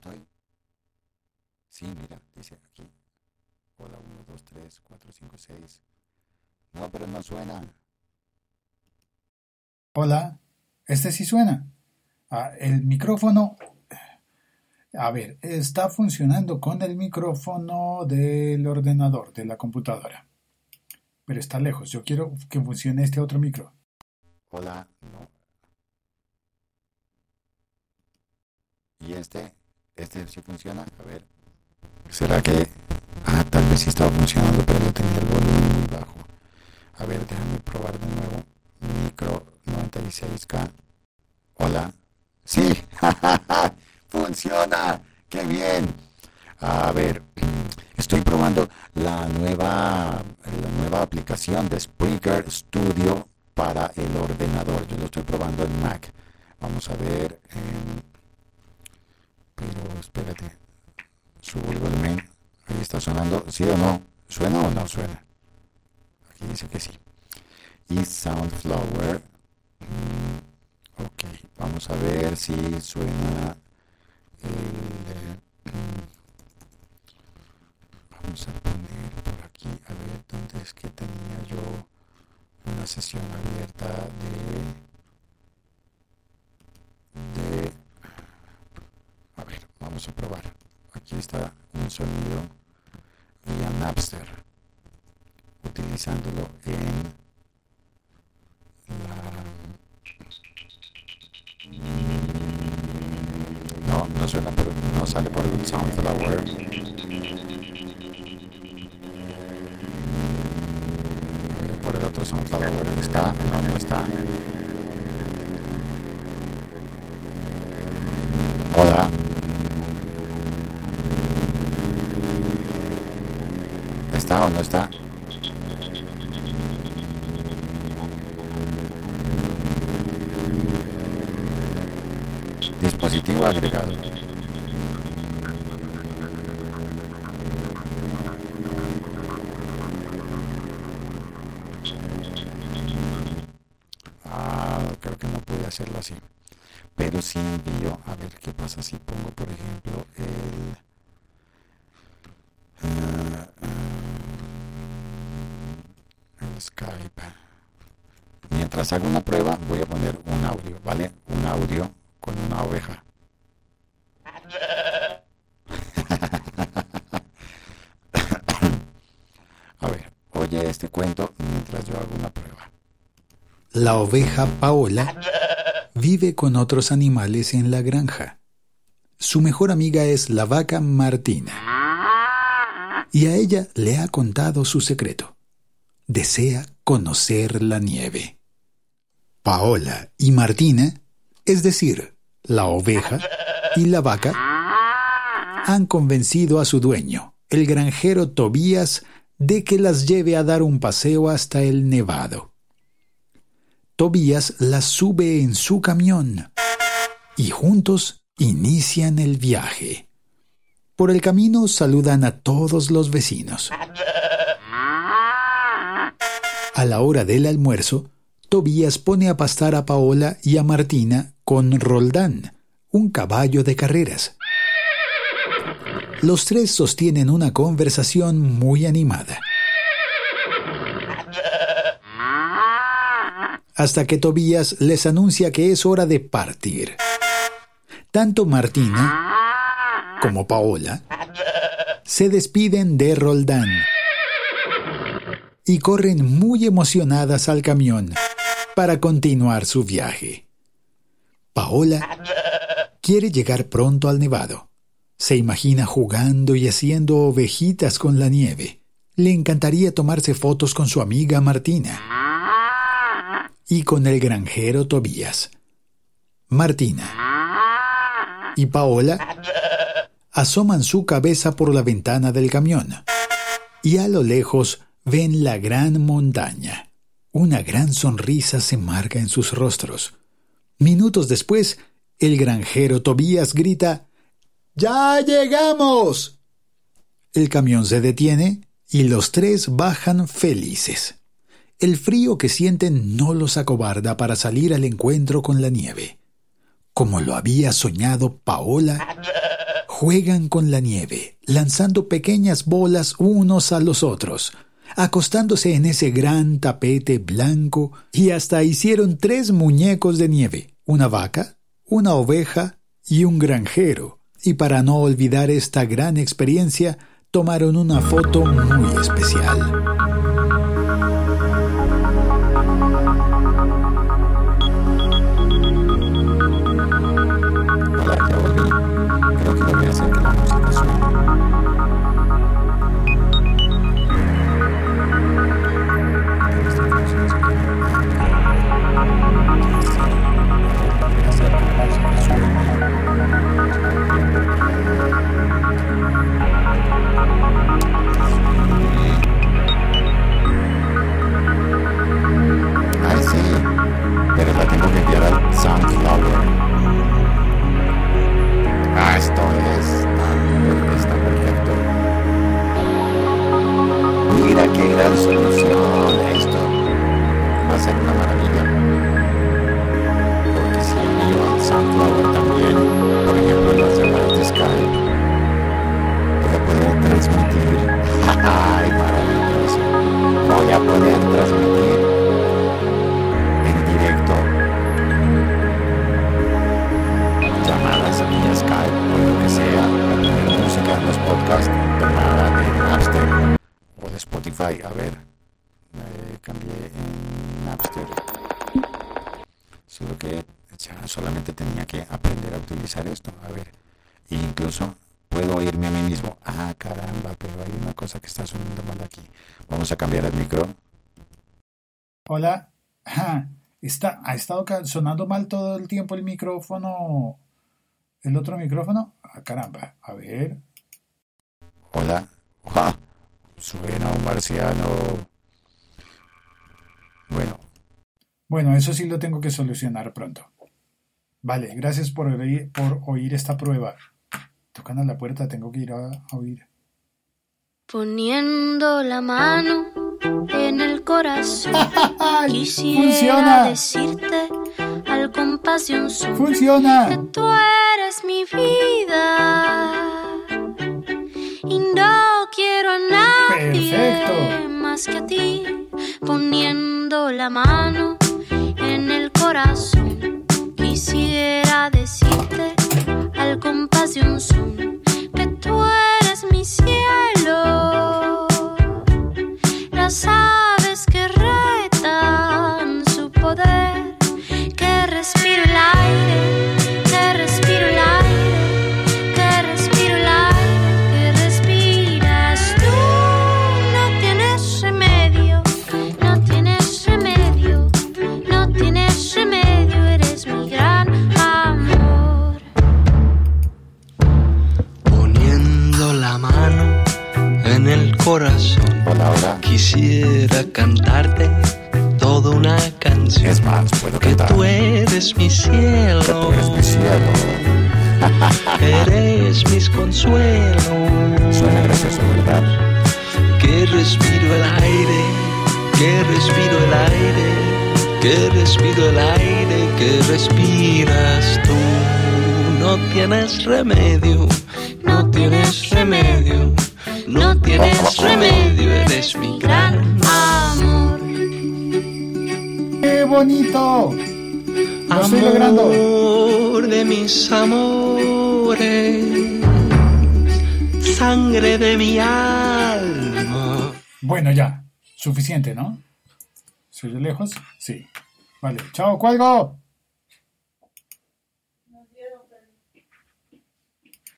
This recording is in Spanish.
estoy. Sí, mira, dice aquí. Hola, 1, 2, 3, 4, 5, 6. No, pero no suena. Hola, este sí suena. El micrófono, a ver, está funcionando con el micrófono del ordenador, de la computadora, pero está lejos. Yo quiero que funcione este otro micro. Hola, no. ¿Y este sí funciona? A ver. ¿Será que... tal vez sí estaba funcionando, pero lo tenía el volumen muy bajo. A ver, déjame probar de nuevo. Micro 96K. Hola. Sí, funciona. ¡Qué bien! A ver, estoy probando la nueva aplicación de Spreaker Studio para el ordenador. Yo lo estoy probando en Mac. Vamos a ver. Pero espérate. Subo el volumen. Ahí está sonando. ¿Sí o no? ¿Suena o no suena? Aquí dice que sí. Y Soundflower. Ok, vamos a ver si suena vamos a poner por aquí, a ver dónde es que tenía yo una sesión abierta de... A ver, vamos a probar. Aquí está un sonido vía Napster, utilizándolo en la... No, no suena, pero no sale por el Soundflower. Por el otro Soundflower está, no está. Hola. ¿Está o no está? Dispositivo agregado. Creo que no pude hacerlo así. Pero sí envío, a ver qué pasa si pongo, por ejemplo, el Skype. Mientras hago una prueba, voy a poner un audio, ¿vale? Un audio con una oveja. A ver, oye este cuento mientras yo hago una prueba. La oveja Paola vive con otros animales en la granja. Su mejor amiga es la vaca Martina, y a ella le ha contado su secreto. Desea conocer la nieve. Paola y Martina, es decir, la oveja y la vaca, han convencido a su dueño, el granjero Tobías, de que las lleve a dar un paseo hasta el Nevado. Tobías las sube en su camión y juntos inician el viaje. Por el camino saludan a todos los vecinos. A la hora del almuerzo, Tobías pone a pastar a Paola y a Martina con Roldán, un caballo de carreras. Los tres sostienen una conversación muy animada, hasta que Tobías les anuncia que es hora de partir. Tanto Martina como Paola se despiden de Roldán y corren muy emocionadas al camión para continuar su viaje. Paola quiere llegar pronto al Nevado. Se imagina jugando y haciendo ovejitas con la nieve. Le encantaría tomarse fotos con su amiga Martina y con el granjero Tobías. Martina y Paola asoman su cabeza por la ventana del camión y a lo lejos ven la gran montaña. Una gran sonrisa se marca en sus rostros. Minutos después, el granjero Tobías grita: ¡Ya llegamos! El camión se detiene y los tres bajan felices. El frío que sienten no los acobarda para salir al encuentro con la nieve. Como lo había soñado Paola, Juegan con la nieve, lanzando pequeñas bolas unos a los otros, acostándose en ese gran tapete blanco, y hasta hicieron 3 muñecos de nieve, una vaca, una oveja y un granjero. Y para no olvidar esta gran experiencia, tomaron una foto muy especial. A ver, cambié en Napster. Solo que ya solamente tenía que aprender a utilizar esto. A ver, e incluso puedo oírme a mí mismo. Ah, caramba, pero hay una cosa que está sonando mal aquí. Vamos a cambiar el micro. Hola. Ha estado sonando mal todo el tiempo el micrófono. ¿El otro micrófono? Ah, caramba. A ver. Hola. ¡Ja! Suena un marciano. Bueno, eso sí lo tengo que solucionar pronto. Vale, gracias por oír esta prueba. Tocan a la puerta, tengo que ir a oír. Poniendo la mano en el corazón, quisiera ¡Funciona! decirte al compás de un son ¡Funciona! que tú eres mi vida y no quiero a nadie ¡Perfecto! más que a ti. Poniendo la mano en el corazón, quisiera decirte al compás de un son que tú eres mi cielo. Las aves que retan su poder, que respiro el aire, que respiro el aire, que respiro el aire, que respiras tú. No tienes remedio, no tienes remedio, no tienes remedio, eres mi gran amor. Poniendo la mano en el corazón, quisiera cantarte toda una canción. Es más, puedo que cantar. tú eres mi cielo, Que tú eres mi cielo. eres mis consuelos. Suena gracioso, ¿verdad? Que respiro el aire, que respiro el aire, que respiro el aire, que respiras tú. No tienes remedio, no tienes remedio, no tienes remedio, eres mi gran amor. ¡Qué bonito! Lo estoy logrando. Amor de mis amores, sangre de mi alma. Bueno, ya. Suficiente, ¿no? ¿Se oye lejos? Sí. Vale. ¡Chao, cuelgo!